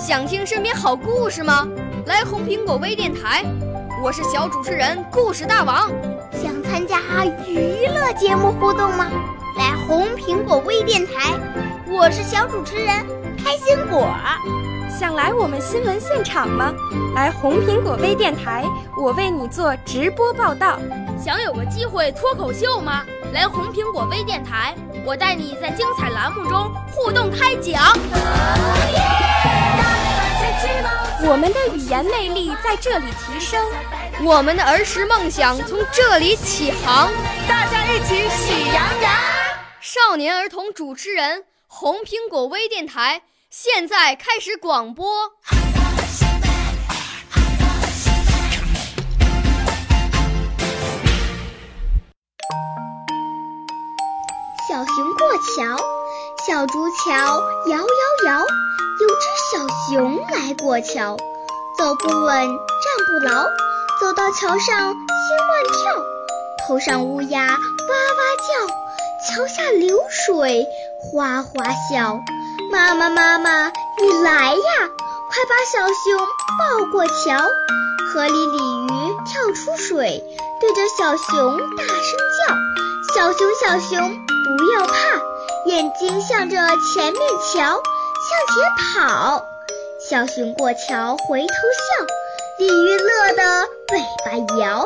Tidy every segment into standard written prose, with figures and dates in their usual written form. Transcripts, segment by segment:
想听身边好故事吗？来红苹果微电台，我是小主持人故事大王。 想参加娱乐节目互动吗？来红苹果微电台，我是小主持人开心果。 想来我们新闻现场吗？来红苹果微电台，我为你做直播报道。 想有个机会脱口秀吗？来红苹果微电台，我带你在精彩栏目中互动开讲。 我们的语言魅力在这里提升， 我们的儿时梦想从这里起航， 大家一起喜羊羊。 少年儿童主持人，红苹果微电台现在开始广播。 小熊过桥，小竹桥摇摇摇，有只小熊来过桥，走不稳，站不牢，走到桥上心乱跳，头上乌鸦哇哇叫，桥下流水哗哗笑。妈妈妈妈，你来呀，快把小熊抱过桥。河里鲤鱼跳出水，对着小熊大声叫，小熊小熊不要怕，眼睛向着前面瞧，向前跑。小熊过桥回头笑，鲤鱼乐得尾巴摇。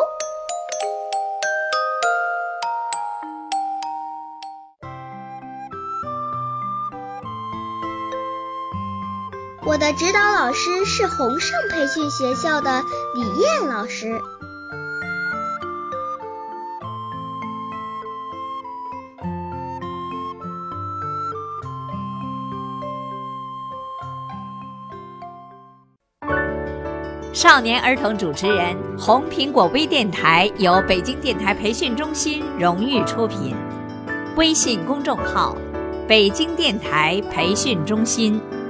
我的指导老师是宏盛培训学校的李燕老师。 少年儿童主持人，红苹果微电台由北京电台培训中心荣誉出品，微信公众号：北京电台培训中心。